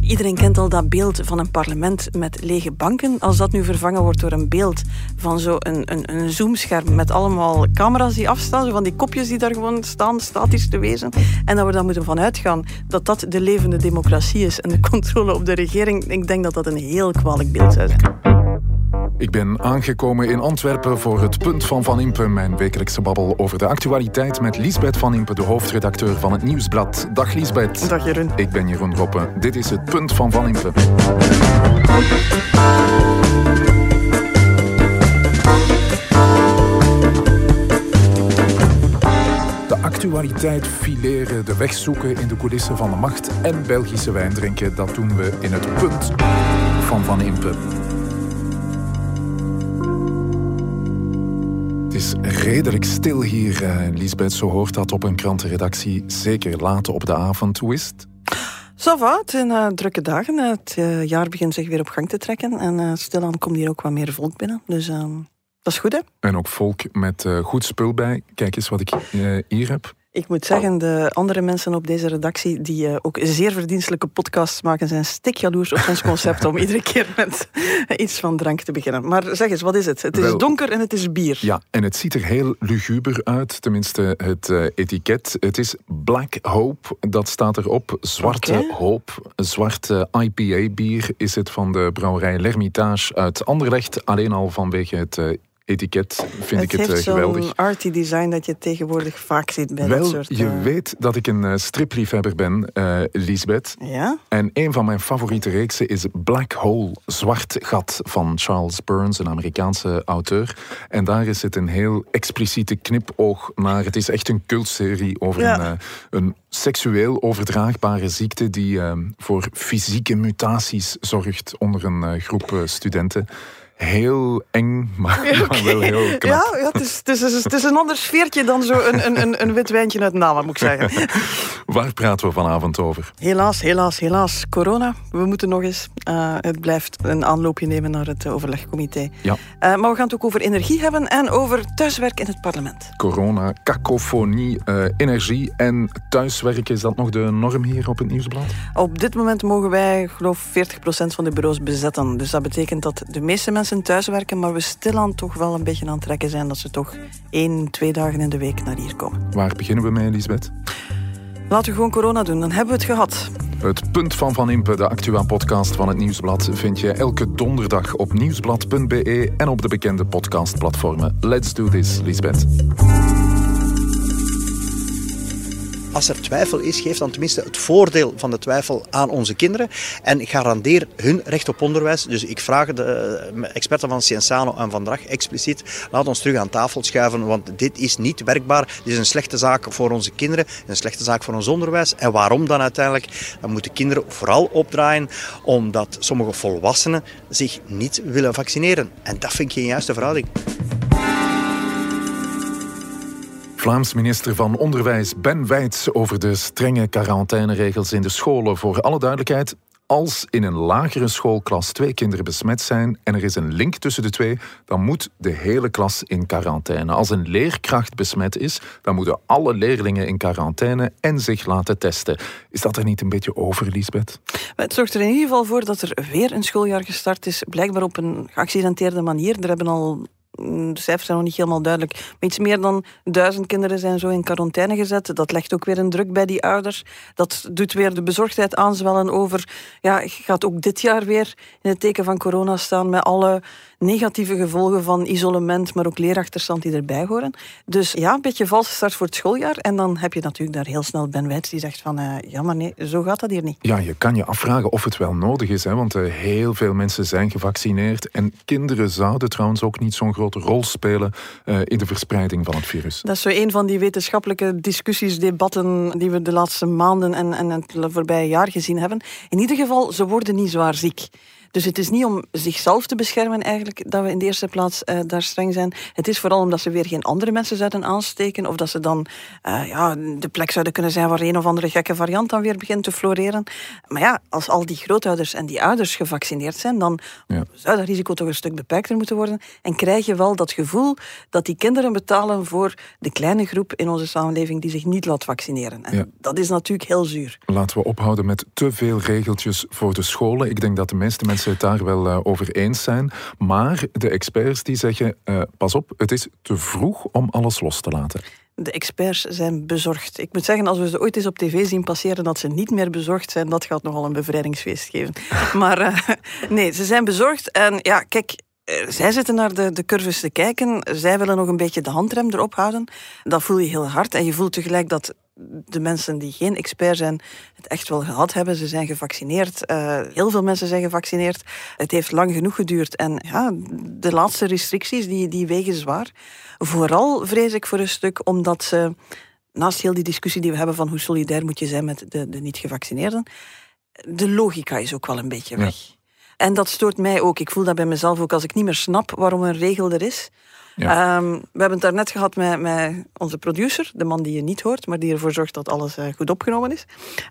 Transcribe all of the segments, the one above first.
Iedereen kent al dat beeld van een parlement met lege banken. Als dat nu vervangen wordt door een beeld van een zoomscherm met allemaal camera's die afstaan, zo van die kopjes die daar gewoon staan, statisch te wezen, en dat we dan moeten van uitgaan dat dat de levende democratie is en de controle op de regering, ik denk dat dat een heel kwalijk beeld zou zijn. Ik ben aangekomen in Antwerpen voor het Punt van Van Impe, mijn wekelijkse babbel over de actualiteit met Liesbeth Van Impe, de hoofdredacteur van het Nieuwsblad. Dag Liesbeth. Dag Jeroen. Ik ben Jeroen Roppe. Dit is het Punt van Van Impe. De actualiteit fileren, de weg zoeken in de coulissen van de macht en Belgische wijn drinken, dat doen we in het Punt van Van Impe. Het is redelijk stil hier, Liesbeth. Zo hoort dat op een krantenredactie. Zeker laat op de avond. Hoe is het? Ça va, het zijn drukke dagen. Het jaar begint zich weer op gang te trekken. En stilaan komt hier ook wat meer volk binnen. Dus dat is goed, hè? En ook volk met goed spul bij. Kijk eens wat ik hier heb. Ik moet zeggen, de andere mensen op deze redactie die ook zeer verdienstelijke podcasts maken, zijn stikjaloers op ons concept om iedere keer met iets van drank te beginnen. Maar zeg eens, wat is het? Het is donker en het is bier. Ja, en het ziet er heel luguber uit, tenminste het etiket. Het is Black Hope, dat staat erop. Zwarte hoop, zwart IPA-bier is het van de brouwerij L'Hermitage uit Anderlecht. Alleen al vanwege het etiket vind ik het geweldig. Het heeft zo'n arty design dat je tegenwoordig vaak ziet bij dat soort... Je weet dat ik een stripliefhebber ben, Liesbeth. Ja? En een van mijn favoriete reeksen is Black Hole, Zwart Gat, van Charles Burns, een Amerikaanse auteur. En daar is het een heel expliciete knipoog naar. Het is echt een cultserie over een seksueel overdraagbare ziekte die voor fysieke mutaties zorgt onder een groep studenten. Heel eng, maar wel heel knap. Ja, het is een ander sfeertje dan zo een wit wijntje uit Nala, moet ik zeggen. Waar praten we vanavond over? Helaas. Corona. We moeten nog eens. Het blijft een aanloopje nemen naar het overlegcomité. Ja. Maar we gaan het ook over energie hebben en over thuiswerk in het parlement. Corona, kakofonie, energie en thuiswerken. Is dat nog de norm hier op het Nieuwsblad? Op dit moment mogen wij, geloof 40% van de bureaus bezetten. Dus dat betekent dat de meeste mensen thuiswerken, maar we stilaan toch wel een beetje aan het trekken zijn dat ze toch 1-2 dagen in de week naar hier komen. Waar beginnen we mee, Liesbeth? Laten we gewoon corona doen, dan hebben we het gehad. Het Punt van Van Impe, de Actua-podcast van het Nieuwsblad, vind je elke donderdag op nieuwsblad.be en op de bekende podcastplatformen. Let's do this, Liesbeth. Als er twijfel is, geef dan tenminste het voordeel van de twijfel aan onze kinderen en garandeer hun recht op onderwijs. Dus ik vraag de experten van Cienzano en Van Drag expliciet, laat ons terug aan tafel schuiven, want dit is niet werkbaar. Dit is een slechte zaak voor onze kinderen, een slechte zaak voor ons onderwijs. En waarom dan uiteindelijk? Dan moeten kinderen vooral opdraaien omdat sommige volwassenen zich niet willen vaccineren. En dat vind ik geen juiste verhouding. Vlaams minister van Onderwijs Ben Wijts over de strenge quarantaineregels in de scholen. Voor alle duidelijkheid, als in een lagere schoolklas 2 kinderen besmet zijn en er is een link tussen de 2, dan moet de hele klas in quarantaine. Als een leerkracht besmet is, dan moeten alle leerlingen in quarantaine en zich laten testen. Is dat er niet een beetje over, Liesbeth? Het zorgt er in ieder geval voor dat er weer een schooljaar gestart is, blijkbaar op een geaccidenteerde manier. Er hebben al... De cijfers zijn nog niet helemaal duidelijk. Maar iets meer dan 1000 kinderen zijn zo in quarantaine gezet. Dat legt ook weer een druk bij die ouders. Dat doet weer de bezorgdheid aanzwellen over... gaat ook dit jaar weer in het teken van corona staan met alle negatieve gevolgen van isolement, maar ook leerachterstand die erbij horen. Dus een beetje valse start voor het schooljaar. En dan heb je natuurlijk daar heel snel Ben Wijts die zegt van... maar nee, zo gaat dat hier niet. Ja, je kan je afvragen of het wel nodig is, hè, want heel veel mensen zijn gevaccineerd. En kinderen zouden trouwens ook niet zo'n grote rol spelen in de verspreiding van het virus. Dat is zo een van die wetenschappelijke discussies, debatten die we de laatste maanden en het voorbije jaar gezien hebben. In ieder geval, ze worden niet zwaar ziek. Dus het is niet om zichzelf te beschermen eigenlijk dat we in de eerste plaats daar streng zijn. Het is vooral omdat ze weer geen andere mensen zouden aansteken of dat ze dan de plek zouden kunnen zijn waar een of andere gekke variant dan weer begint te floreren. Maar ja, als al die grootouders en die ouders gevaccineerd zijn, dan zou dat risico toch een stuk beperkter moeten worden. En krijg je wel dat gevoel dat die kinderen betalen voor de kleine groep in onze samenleving die zich niet laat vaccineren. En dat is natuurlijk heel zuur. Laten we ophouden met te veel regeltjes voor de scholen. Ik denk dat de meeste mensen het daar wel over eens zijn. Maar de experts die zeggen, pas op, het is te vroeg om alles los te laten. De experts zijn bezorgd. Ik moet zeggen, als we ze ooit eens op tv zien passeren dat ze niet meer bezorgd zijn, dat gaat nogal een bevrijdingsfeest geven. Maar nee, ze zijn bezorgd. En ja, kijk, zij zitten naar de curves te kijken. Zij willen nog een beetje de handrem erop houden. Dat voel je heel hard. En je voelt tegelijk dat de mensen die geen expert zijn het echt wel gehad hebben. Ze zijn gevaccineerd. Heel veel mensen zijn gevaccineerd. Het heeft lang genoeg geduurd. En ja, de laatste restricties die wegen zwaar. Vooral vrees ik voor een stuk omdat ze, naast heel die discussie die we hebben van hoe solidair moet je zijn met de niet-gevaccineerden, de logica is ook wel een beetje weg. Ja. En dat stoort mij ook. Ik voel dat bij mezelf ook als ik niet meer snap waarom een regel er is. Ja. We hebben het daarnet gehad met onze producer, de man die je niet hoort, maar die ervoor zorgt dat alles goed opgenomen is.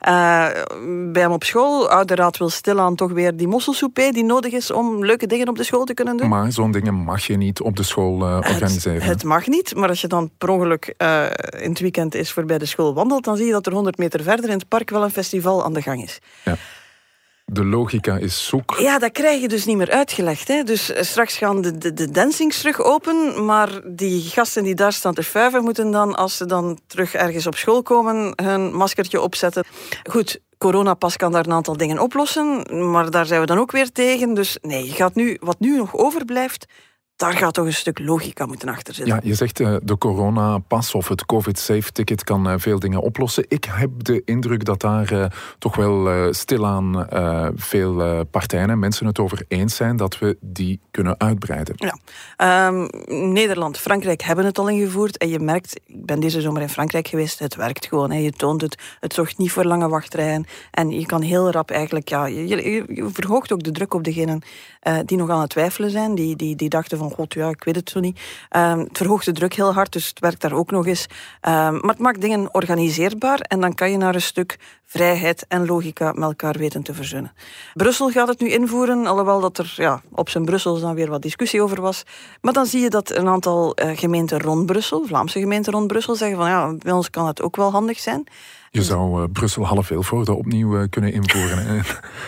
Bij hem op school, ouderraad wil stilaan toch weer die mosselsoepé die nodig is om leuke dingen op de school te kunnen doen. Maar zo'n dingen mag je niet op de school organiseren. Het mag niet, maar als je dan per ongeluk in het weekend eens voorbij de school wandelt, dan zie je dat er 100 meter verder in het park wel een festival aan de gang is. Ja. De logica is zoek. Ja, dat krijg je dus niet meer uitgelegd. Hè. Dus straks gaan de dancings terug open, maar die gasten die daar staan te fuiven moeten dan, als ze dan terug ergens op school komen, hun maskertje opzetten. Goed, coronapas kan daar een aantal dingen oplossen, maar daar zijn we dan ook weer tegen. Dus nee, je gaat nu, wat nu nog overblijft, daar gaat toch een stuk logica moeten achter zitten. Ja, je zegt de coronapas of het COVID-safe-ticket kan veel dingen oplossen. Ik heb de indruk dat daar toch wel stilaan veel partijen en mensen het over eens zijn dat we die kunnen uitbreiden. Ja. Nederland, Frankrijk hebben het al ingevoerd en je merkt, ik ben deze zomer in Frankrijk geweest, het werkt gewoon. Hè. Je toont het zorgt niet voor lange wachtrijen en je kan heel rap eigenlijk, je verhoogt ook de druk op degenen die nog aan het twijfelen zijn, die dachten van god, ja, ik weet het zo niet. Het verhoogt de druk heel hard, dus het werkt daar ook nog eens. Maar het maakt dingen organiseerbaar en dan kan je naar een stuk vrijheid en logica met elkaar weten te verzoenen. Brussel gaat het nu invoeren, alhoewel dat er op zijn Brussels dan weer wat discussie over was. Maar dan zie je dat een aantal gemeenten rond Brussel, Vlaamse gemeenten rond Brussel, zeggen van ja, bij ons kan het ook wel handig zijn. Je zou Brussel half Vilvoorde opnieuw kunnen invoeren.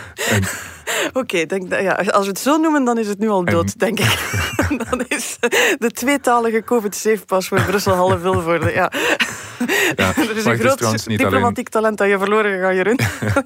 Oké, als we het zo noemen, dan is het nu al dood, denk ik. Dan is de tweetalige COVID-safe-pas voor Brussel half Vilvoorde. Ja. Ja, er is een groot diplomatiek talent dat je verloren gaat, Jeroen.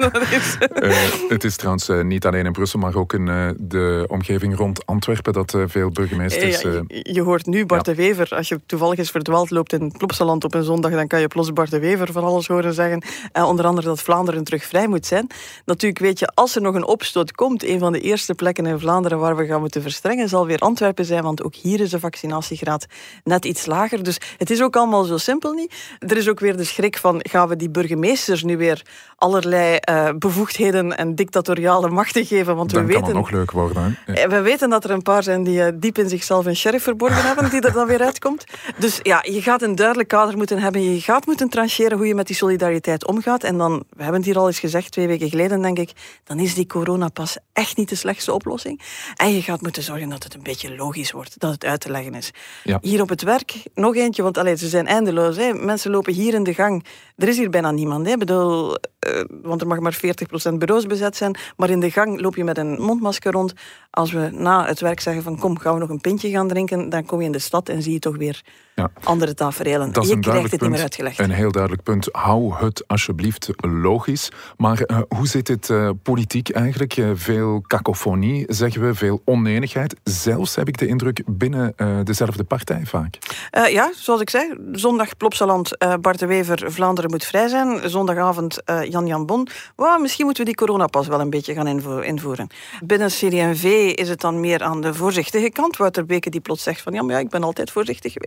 Het is trouwens niet alleen in Brussel, maar ook in de omgeving rond Antwerpen dat veel burgemeesters... Je hoort nu Bart de Wever. Als je toevallig eens verdwaald loopt in Plopsaland op een zondag, dan kan je plots Bart de Wever van alles horen zeggen. Onder andere dat Vlaanderen terug vrij moet zijn. Natuurlijk weet je, als er nog een opstoot komt, een van de eerste plekken in Vlaanderen waar we gaan moeten verstrengen, zal weer Antwerpen zijn, want ook hier is de vaccinatiegraad net iets lager. Dus het is ook allemaal zo simpel niet. Er is ook weer de schrik van, gaan we die burgemeesters nu weer allerlei bevoegdheden en dictatoriale machten geven? Want dan kan het nog leuk worden. Hè? We weten dat er een paar zijn die diep in zichzelf een sheriff verborgen hebben, die er dan weer uitkomt. Dus ja, je gaat een duidelijk kader moeten hebben. Je gaat moeten trancheren hoe je met die solidariteit omgaat. En dan, we hebben het hier al eens gezegd, 2 weken geleden, denk ik, dan is die coronapas echt niet de slechtste oplossing. En je gaat moeten zorgen dat het een beetje logisch wordt, dat het uit te leggen is. Ja. Hier op het werk, nog eentje, want ze zijn eindeloos. Hè. Mensen lopen hier in de gang. Er is hier bijna niemand. Hè. Bedoel, want er mag maar 40% bureaus bezet zijn. Maar in de gang loop je met een mondmasker rond. Als we na het werk zeggen van kom, gaan we nog een pintje gaan drinken, dan kom je in de stad en zie je toch weer andere taferelen. Je krijgt het niet meer uitgelegd. Een heel duidelijk punt. Hou het alsjeblieft logisch. Maar hoe zit het politiek eigenlijk? Veel kakofonie, zeggen we, veel onenigheid. Zelfs heb ik de indruk binnen dezelfde partij vaak. Ja, zoals ik zei, zondag Plopsaland, Bart de Wever, Vlaanderen moet vrij zijn. Zondagavond Jan Bon. Misschien moeten we die coronapas wel een beetje gaan invoeren. Binnen CD&V is het dan meer aan de voorzichtige kant. Wouter Beke die plots zegt van ja, ik ben altijd voorzichtig geweest. Ja,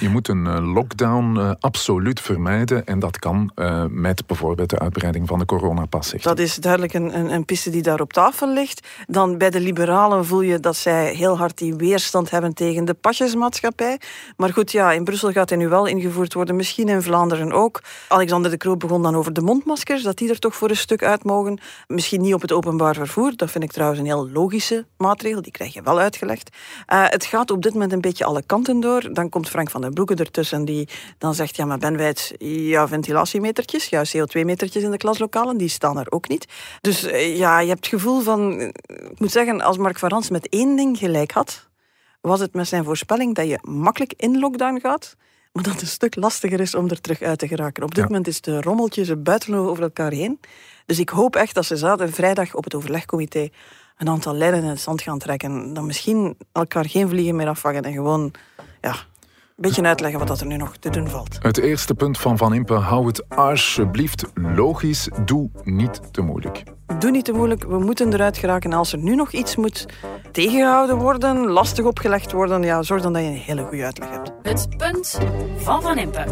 Je moet een lockdown absoluut vermijden en dat kan met bijvoorbeeld de uitbreiding van de coronapas. Dat is duidelijk een piste die daar op tafel ligt. Dan bij de liberalen voel je dat zij heel hard die weerstand hebben tegen de pasjesmaatschappij. Maar goed, ja, in Brussel gaat hij nu wel ingevoerd worden, misschien in Vlaanderen ook. Alexander De Croo begon dan over de mondmaskers, dat die er toch voor een stuk uit mogen. Misschien niet op het openbaar vervoer, dat vind ik trouwens een heel logische maatregel, die krijg je wel uitgelegd. Het gaat op dit moment een beetje alle kanten door. Dan komt Frank van den Broeke ertussen, die dan zegt, ja, maar Ben Wijts, ja, ventilatiemetertjes, ja, CO2-metertjes in de klaslokalen, die staan er ook niet. Dus ja, je hebt het gevoel van, ik moet zeggen, als Mark van Rans met één ding gelijk had, was het met zijn voorspelling dat je makkelijk in lockdown gaat, maar dat het een stuk lastiger is om er terug uit te geraken. Op dit moment is de rommeltje, ze buitelen over elkaar heen. Dus ik hoop echt dat ze zaterdag vrijdag op het overlegcomité een aantal lijnen in het zand gaan trekken. Dan misschien elkaar geen vliegen meer afvangen en gewoon, ja, een beetje uitleggen wat er nu nog te doen valt. Het eerste punt van Van Impe, hou het alsjeblieft logisch. Doe niet te moeilijk. Doe niet te moeilijk, we moeten eruit geraken. Als er nu nog iets moet tegengehouden worden, lastig opgelegd worden, ja, zorg dan dat je een hele goede uitleg hebt. Het punt van Van Impe.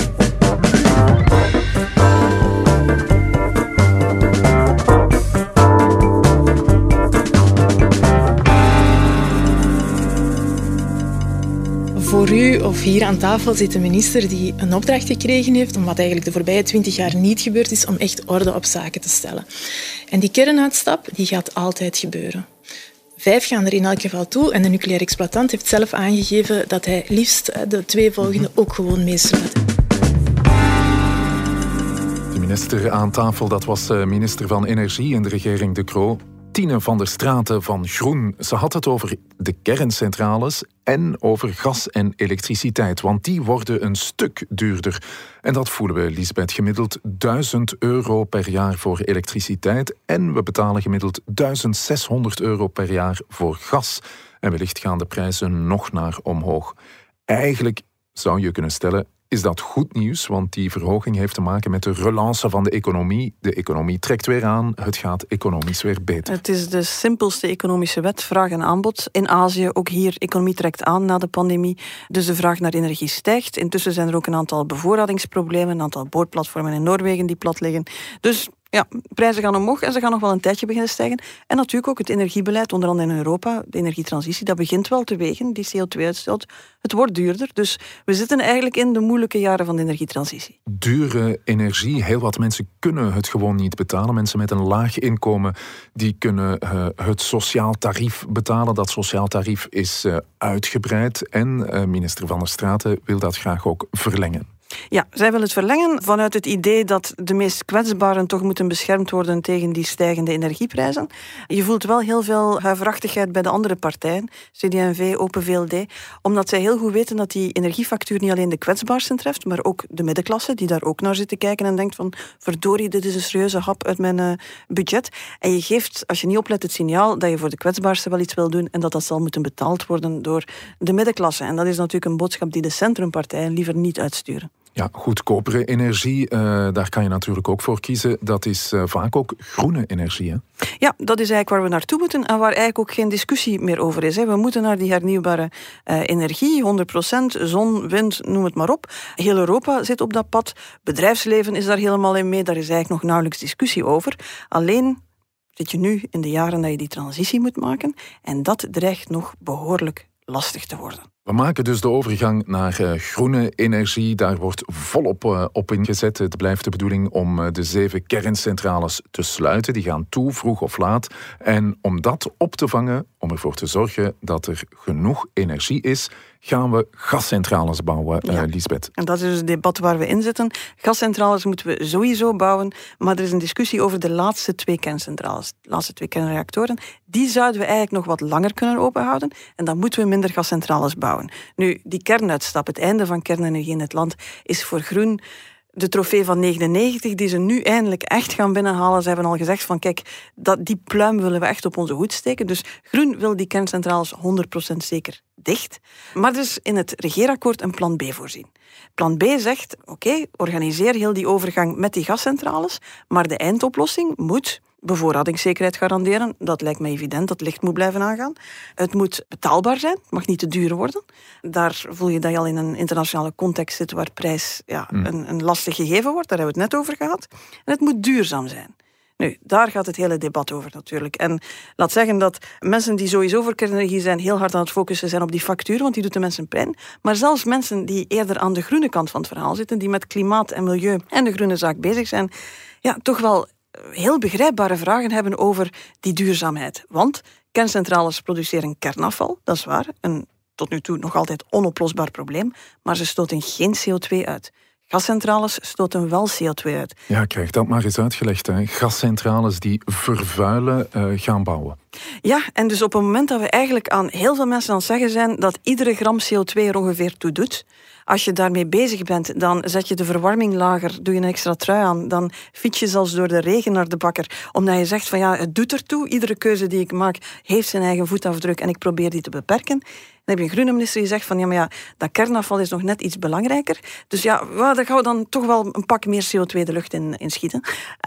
Voor u of hier aan tafel zit een minister die een opdracht gekregen heeft om wat eigenlijk de voorbije 20 jaar niet gebeurd is, om echt orde op zaken te stellen. En die kernuitstap die gaat altijd gebeuren. 5 gaan er in elk geval toe en de nucleaire exploitant heeft zelf aangegeven dat hij liefst de 2 volgende ook gewoon meesluit. De minister aan tafel, dat was minister van Energie in de regering De Croo, Tine van der Straten van Groen. Ze had het over de kerncentrales en over gas en elektriciteit, want die worden een stuk duurder. En dat voelen we, Lisbeth, gemiddeld €1.000 per jaar voor elektriciteit en we betalen gemiddeld €1.600 per jaar voor gas. En wellicht gaan de prijzen nog naar omhoog. Eigenlijk zou je kunnen stellen, is dat goed nieuws, want die verhoging heeft te maken met de relance van de economie. De economie trekt weer aan, het gaat economisch weer beter. Het is de simpelste economische wet, vraag en aanbod. In Azië, ook hier, economie trekt aan na de pandemie. Dus de vraag naar energie stijgt. Intussen zijn er ook een aantal bevoorradingsproblemen, een aantal boorplatformen in Noorwegen die plat liggen. Dus ja, prijzen gaan omhoog en ze gaan nog wel een tijdje beginnen stijgen. En natuurlijk ook het energiebeleid, onder andere in Europa, de energietransitie, dat begint wel te wegen, die CO2-uitstoot. Het wordt duurder, dus we zitten eigenlijk in de moeilijke jaren van de energietransitie. Dure energie, heel wat mensen kunnen het gewoon niet betalen. Mensen met een laag inkomen, die kunnen het sociaal tarief betalen. Dat sociaal tarief is uitgebreid en minister Van der Straten wil dat graag ook verlengen. Ja, zij wil het verlengen vanuit het idee dat de meest kwetsbaren toch moeten beschermd worden tegen die stijgende energieprijzen. Je voelt wel heel veel huiverachtigheid bij de andere partijen, CD&V, Open VLD, omdat zij heel goed weten dat die energiefactuur niet alleen de kwetsbaarsten treft, maar ook de middenklasse, die daar ook naar zit te kijken en denkt van, verdorie, dit is een serieuze hap uit mijn budget. En je geeft, als je niet oplet, het signaal dat je voor de kwetsbaarsten wel iets wil doen en dat dat zal moeten betaald worden door de middenklasse. En dat is natuurlijk een boodschap die de centrumpartijen liever niet uitsturen. Ja, goedkopere energie, daar kan je natuurlijk ook voor kiezen. Dat is vaak ook groene energie, hè? Ja, dat is eigenlijk waar we naartoe moeten en waar eigenlijk ook geen discussie meer over is. We moeten naar die hernieuwbare energie, 100%, zon, wind, noem het maar op. Heel Europa zit op dat pad. Bedrijfsleven is daar helemaal in mee. Daar is eigenlijk nog nauwelijks discussie over. Alleen zit je nu in de jaren dat je die transitie moet maken en dat dreigt nog behoorlijk lastig te worden. We maken dus de overgang naar groene energie. Daar wordt volop op ingezet. Het blijft de bedoeling om de 7 kerncentrales te sluiten. Die gaan toe, vroeg of laat. En om dat op te vangen, om ervoor te zorgen dat er genoeg energie is, gaan we gascentrales bouwen, Lisbeth. En dat is dus het debat waar we in zitten. Gascentrales moeten we sowieso bouwen, maar er is een discussie over de laatste 2 kerncentrales, de laatste 2 kernreactoren. Die zouden we eigenlijk nog wat langer kunnen openhouden en dan moeten we minder gascentrales bouwen. Nu, die kernuitstap, het einde van kernenergie in het land, is voor Groen de trofee van 99, die ze nu eindelijk echt gaan binnenhalen. Ze hebben al gezegd van kijk, die pluim willen we echt op onze hoed steken. Dus Groen wil die kerncentrales 100% zeker dicht. Maar er is in het regeerakkoord een plan B voorzien. Plan B zegt, oké, organiseer heel die overgang met die gascentrales, maar de eindoplossing moet bevoorradingszekerheid garanderen. Dat lijkt me evident, dat licht moet blijven aangaan. Het moet betaalbaar zijn, het mag niet te duur worden. Daar voel je dat je al in een internationale context zit waar prijs een lastig gegeven wordt. Daar hebben we het net over gehad. En het moet duurzaam zijn. Nu, daar gaat het hele debat over natuurlijk. En laat zeggen dat mensen die sowieso voor kernenergie zijn heel hard aan het focussen zijn op die factuur, want die doet de mensen pijn. Maar zelfs mensen die eerder aan de groene kant van het verhaal zitten, die met klimaat en milieu en de groene zaak bezig zijn, toch wel heel begrijpbare vragen hebben over die duurzaamheid. Want kerncentrales produceren kernafval, dat is waar, een tot nu toe nog altijd onoplosbaar probleem, maar ze stoten geen CO2 uit. Gascentrales stoten wel CO2 uit. Ja, krijg dat maar eens uitgelegd. Hè. Gascentrales die vervuilen gaan bouwen. Ja, en dus op het moment dat we eigenlijk aan heel veel mensen aan het zeggen zijn dat iedere gram CO2 er ongeveer toe doet, als je daarmee bezig bent, dan zet je de verwarming lager, doe je een extra trui aan, dan fiets je zelfs door de regen naar de bakker, omdat je zegt van het doet ertoe, iedere keuze die ik maak heeft zijn eigen voetafdruk en ik probeer die te beperken. Dan heb je een groene minister die zegt van dat kernafval is nog net iets belangrijker. Dus daar gaan we dan toch wel een pak meer CO2 de lucht in schieten.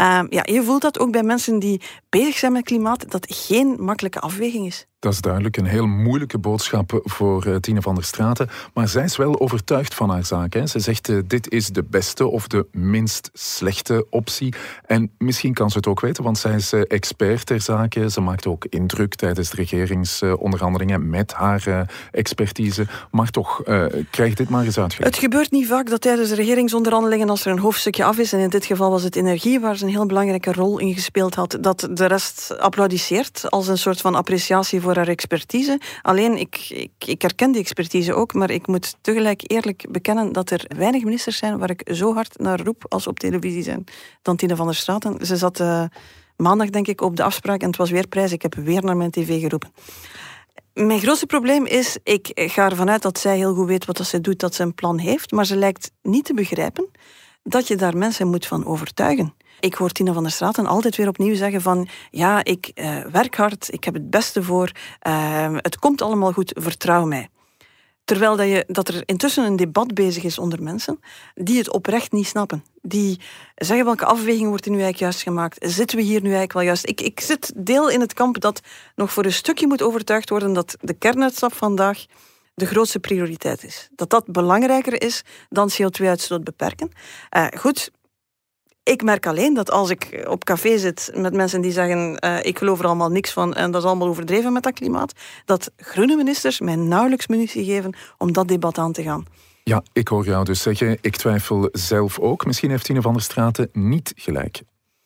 Je voelt dat ook bij mensen die bezig zijn met klimaat, dat geen makkelijke afweging is. Dat is duidelijk een heel moeilijke boodschap voor Tine van der Straten. Maar zij is wel overtuigd van haar zaak. Hè. Ze zegt, dit is de beste of de minst slechte optie. En misschien kan ze het ook weten, want zij is expert ter zake. Ze maakt ook indruk tijdens de regeringsonderhandelingen met haar expertise. Maar toch, krijg dit maar eens uitgelegd. Het gebeurt niet vaak dat tijdens de regeringsonderhandelingen, als er een hoofdstukje af is, en in dit geval was het energie, waar ze een heel belangrijke rol in gespeeld had, dat de rest applaudisseert als een soort van appreciatie voor haar expertise. Alleen, ik herken die expertise ook, maar ik moet tegelijk eerlijk bekennen dat er weinig ministers zijn waar ik zo hard naar roep als op televisie zijn dan Tine van der Straten. Ze zat maandag, denk ik, op de afspraak en het was weer prijs. Ik heb weer naar mijn tv geroepen. Mijn grootste probleem is, ik ga ervan uit dat zij heel goed weet wat ze doet, dat ze een plan heeft, maar ze lijkt niet te begrijpen dat je daar mensen moet van overtuigen. Ik hoor Tine van der Straten altijd weer opnieuw zeggen van ik werk hard, ik heb het beste voor, het komt allemaal goed, vertrouw mij. Terwijl dat er intussen een debat bezig is onder mensen die het oprecht niet snappen. Die zeggen welke afweging wordt er nu eigenlijk juist gemaakt? Zitten we hier nu eigenlijk wel juist? Ik zit deel in het kamp dat nog voor een stukje moet overtuigd worden dat de kernuitstap vandaag de grootste prioriteit is. Dat belangrijker is dan CO2-uitstoot beperken. Goed. Ik merk alleen dat als ik op café zit met mensen die zeggen ik geloof er allemaal niks van en dat is allemaal overdreven met dat klimaat, dat groene ministers mij nauwelijks munitie geven om dat debat aan te gaan. Ja, ik hoor jou dus zeggen, ik twijfel zelf ook. Misschien heeft Tine van der Straten niet gelijk.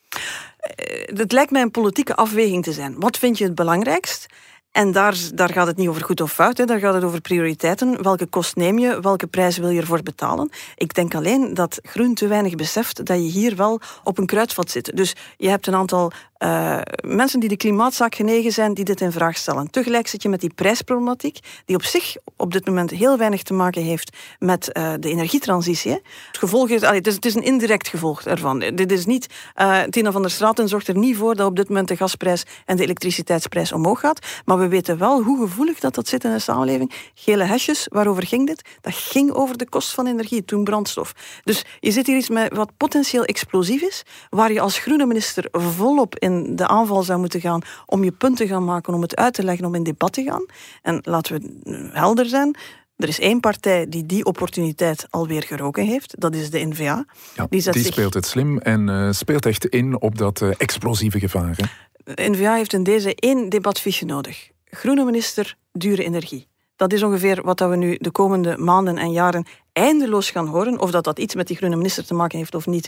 Het lijkt mij een politieke afweging te zijn. Wat vind je het belangrijkst? En daar gaat het niet over goed of fout, hè. Daar gaat het over prioriteiten. Welke kost neem je? Welke prijs wil je ervoor betalen? Ik denk alleen dat Groen te weinig beseft dat je hier wel op een kruidvat zit. Dus je hebt een aantal mensen die de klimaatzaak genegen zijn, die dit in vraag stellen. Tegelijk zit je met die prijsproblematiek, die op zich op dit moment heel weinig te maken heeft met de energietransitie. Hè. Het gevolg is, het is een indirect gevolg ervan. Dit is niet, Tine van der Straten zorgt er niet voor dat op dit moment de gasprijs en de elektriciteitsprijs omhoog gaat, maar we weten wel hoe gevoelig dat zit in de samenleving. Gele hesjes, waarover ging dit? Dat ging over de kost van energie, toen brandstof. Dus je zit hier iets met wat potentieel explosief is, waar je als groene minister volop in de aanval zou moeten gaan om je punt te gaan maken, om het uit te leggen, om in debat te gaan. En laten we helder zijn, er is één partij die opportuniteit alweer geroken heeft. Dat is de N-VA. Ja, die speelt het slim en speelt echt in op dat explosieve gevaar. Hè? De N-VA heeft in deze 1 debatfiche nodig. Groene minister, dure energie. Dat is ongeveer wat we nu de komende maanden en jaren eindeloos gaan horen. Of dat iets met die groene minister te maken heeft of niet,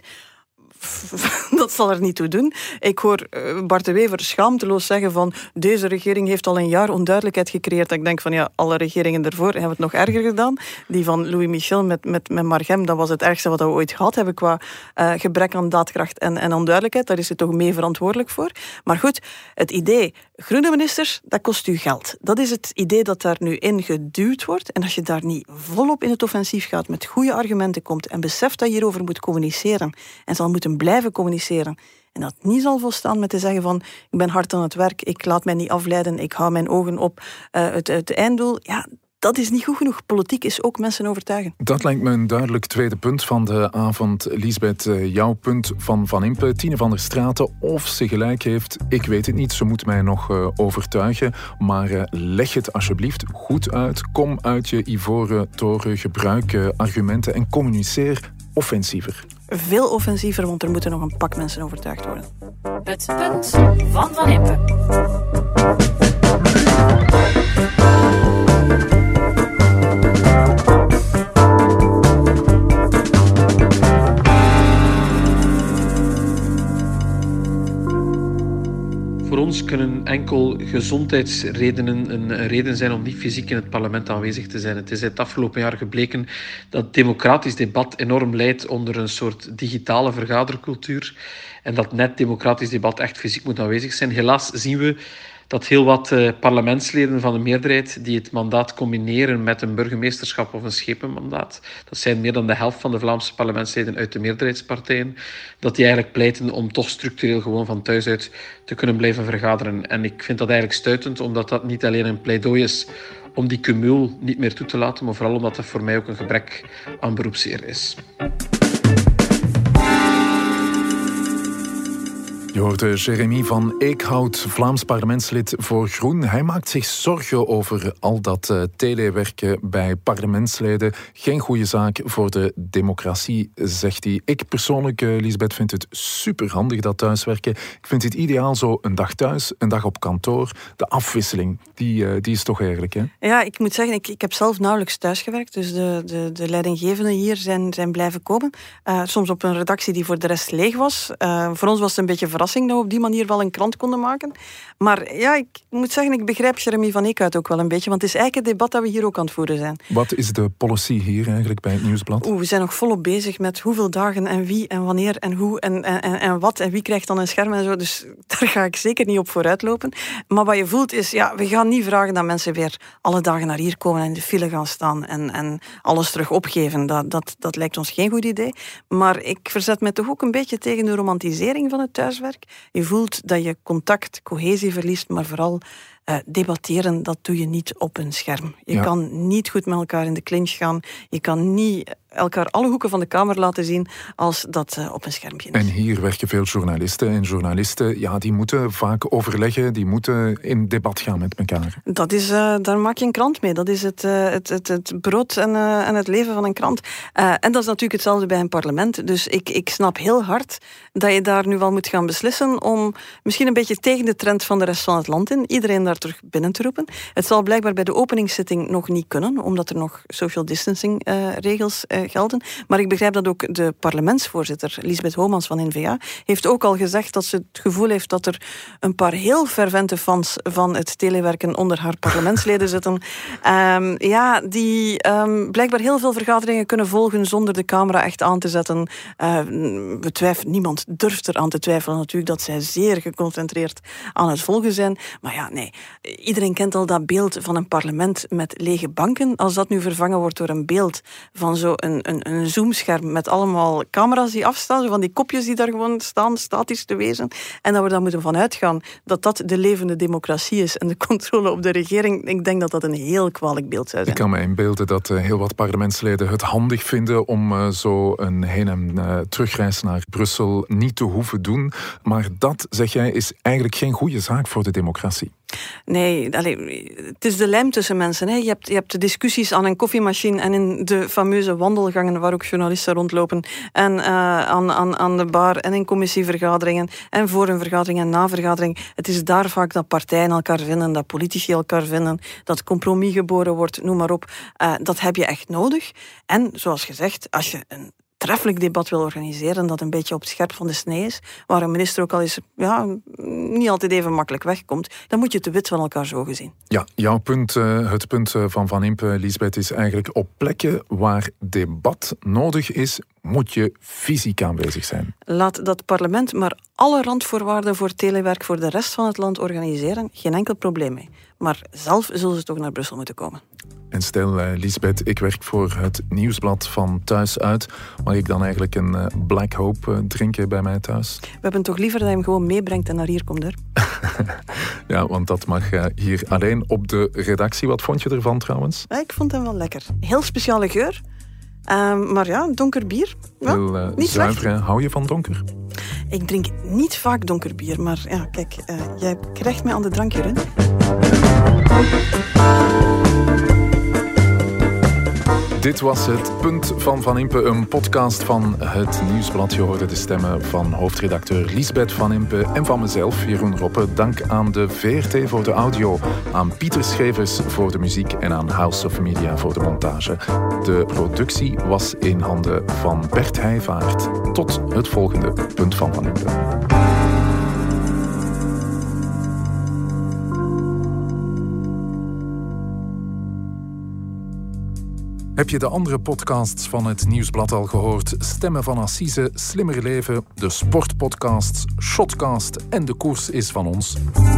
dat zal er niet toe doen. Ik hoor Bart de Wever schaamteloos zeggen van deze regering heeft al een jaar onduidelijkheid gecreëerd. Ik denk van alle regeringen ervoor hebben het nog erger gedaan. Die van Louis Michel met Margem, dat was het ergste wat we ooit gehad hebben qua gebrek aan daadkracht en onduidelijkheid. Daar is het toch mee verantwoordelijk voor. Maar goed, het idee groene ministers, dat kost u geld. Dat is het idee dat daar nu in geduwd wordt. En als je daar niet volop in het offensief gaat, met goede argumenten komt en beseft dat je hierover moet communiceren en zal moeten blijven communiceren en dat niet zal volstaan met te zeggen van ik ben hard aan het werk, ik laat mij niet afleiden, ik hou mijn ogen op het einddoel, dat is niet goed genoeg. Politiek is ook mensen overtuigen. Dat lijkt me een duidelijk tweede punt van de avond. Lisbeth, jouw punt van Van Impe, Tine van der Straten, of ze gelijk heeft, ik weet het niet. Ze moet mij nog overtuigen. Maar leg het alsjeblieft goed uit. Kom uit je ivoren toren, gebruik argumenten en communiceer offensiever. Veel offensiever, want er moeten nog een pak mensen overtuigd worden. Het punt van Van Impe. Voor ons kunnen enkel gezondheidsredenen een reden zijn om niet fysiek in het parlement aanwezig te zijn. Het is het afgelopen jaar gebleken dat democratisch debat enorm leidt onder een soort digitale vergadercultuur en dat net democratisch debat echt fysiek moet aanwezig zijn. Helaas zien we dat heel wat parlementsleden van de meerderheid die het mandaat combineren met een burgemeesterschap of een schepenmandaat, dat zijn meer dan de helft van de Vlaamse parlementsleden uit de meerderheidspartijen, dat die eigenlijk pleiten om toch structureel gewoon van thuis uit te kunnen blijven vergaderen. En ik vind dat eigenlijk stuitend, omdat dat niet alleen een pleidooi is om die cumul niet meer toe te laten, maar vooral omdat dat voor mij ook een gebrek aan beroepseer is. Je hoorde Jeremy van Eekhout, Vlaams parlementslid voor Groen. Hij maakt zich zorgen over al dat telewerken bij parlementsleden. Geen goede zaak voor de democratie, zegt hij. Ik persoonlijk, Lisbeth, vind het superhandig, dat thuiswerken. Ik vind het ideaal zo een dag thuis, een dag op kantoor. De afwisseling, die is toch eigenlijk, hè? Ja, ik moet zeggen, ik heb zelf nauwelijks thuisgewerkt. Dus de leidinggevenden hier zijn blijven komen. Soms op een redactie die voor de rest leeg was. Voor ons was het een beetje verrassing dat we op die manier wel een krant konden maken. Maar ja, ik moet zeggen, ik begrijp Jeremy van Eekhout ook wel een beetje, want het is eigenlijk het debat dat we hier ook aan het voeren zijn. Wat is de policy hier eigenlijk bij het Nieuwsblad? We zijn nog volop bezig met hoeveel dagen en wie en wanneer en hoe en wat en wie krijgt dan een scherm en zo. Dus daar ga ik zeker niet op vooruit lopen. Maar wat je voelt is, ja, we gaan niet vragen dat mensen weer alle dagen naar hier komen en in de file gaan staan en alles terug opgeven. Dat lijkt ons geen goed idee. Maar ik verzet me toch ook een beetje tegen de romantisering van het thuiswerk. Je voelt dat je contact, cohesie verliest, maar vooral debatteren, dat doe je niet op een scherm. Je kan niet goed met elkaar in de clinch gaan. Je kan niet elkaar alle hoeken van de kamer laten zien als dat op een schermpje is. En hier werken veel journalisten. En journalisten, ja, die moeten vaak overleggen, die moeten in debat gaan met elkaar. Dat is, daar maak je een krant mee. Dat is het brood en het leven van een krant. En dat is natuurlijk hetzelfde bij een parlement. Dus ik snap heel hard dat je daar nu wel moet gaan beslissen om misschien een beetje tegen de trend van de rest van het land in iedereen daar terug binnen te roepen. Het zal blijkbaar bij de openingszitting nog niet kunnen, omdat er nog social distancing regels gelden. Maar ik begrijp dat ook de parlementsvoorzitter, Lisbeth Homans van N-VA, heeft ook al gezegd dat ze het gevoel heeft dat er een paar heel fervente fans van het telewerken onder haar parlementsleden zitten. Die blijkbaar heel veel vergaderingen kunnen volgen zonder de camera echt aan te zetten. Niemand durft er aan te twijfelen natuurlijk dat zij zeer geconcentreerd aan het volgen zijn. Maar ja, nee. Iedereen kent al dat beeld van een parlement met lege banken. Als dat nu vervangen wordt door een beeld van een zoomscherm met allemaal camera's die afstaan, zo van die kopjes die daar gewoon staan, statisch te wezen, en dat we daar moeten van uitgaan dat dat de levende democratie is en de controle op de regering, ik denk dat dat een heel kwalijk beeld zou zijn. Ik kan me inbeelden dat heel wat parlementsleden het handig vinden om zo een heen- en terugreis naar Brussel niet te hoeven doen. Maar dat, zeg jij, is eigenlijk geen goede zaak voor de democratie. Nee, het is de lijm tussen mensen. Hè. Je hebt de discussies aan een koffiemachine en in de fameuze wandelgangen waar ook journalisten rondlopen en aan de bar en in commissievergaderingen en voor een vergadering en na vergadering. Het is daar vaak dat partijen elkaar vinden, dat politici elkaar vinden, dat compromis geboren wordt, noem maar op. Dat heb je echt nodig. En zoals gezegd, als je een treffelijk debat wil organiseren dat een beetje op het scherp van de snee is, waar een minister ook al eens niet altijd even makkelijk wegkomt, dan moet je te wit van elkaar zo gezien. Ja, jouw punt, het punt van Van Impe, Lisbeth, is eigenlijk op plekken waar debat nodig is, moet je fysiek aanwezig zijn. Laat dat parlement maar alle randvoorwaarden voor telewerk voor de rest van het land organiseren. Geen enkel probleem mee. Maar zelf zullen ze toch naar Brussel moeten komen. En stel, Lisbeth, ik werk voor het nieuwsblad van thuis uit. Mag ik dan eigenlijk een Black Hope drinken bij mij thuis? We hebben toch liever dat je hem gewoon meebrengt en naar hier komt, hè? Ja, want dat mag hier alleen op de redactie. Wat vond je ervan trouwens? Ja, ik vond hem wel lekker. Heel speciale geur. Maar ja, donker bier. Ja, Heel niet zuiver. slecht. Hou je van donker? Ik drink niet vaak donker bier, maar ja, kijk, jij krijgt mij aan de drank hierin. Dit was het Punt van Van Impe, een podcast van het Nieuwsblad. Je hoorde de stemmen van hoofdredacteur Lisbeth Van Impe en van mezelf, Jeroen Roppe. Dank aan de VRT voor de audio, aan Pieter Schevers voor de muziek en aan House of Media voor de montage. De productie was in handen van Bert Heijvaart. Tot het volgende Punt van Van Impe. Heb je de andere podcasts van het Nieuwsblad al gehoord? Stemmen van Assise, Slimmer Leven, de sportpodcasts, Shotcast en De Koers is van ons.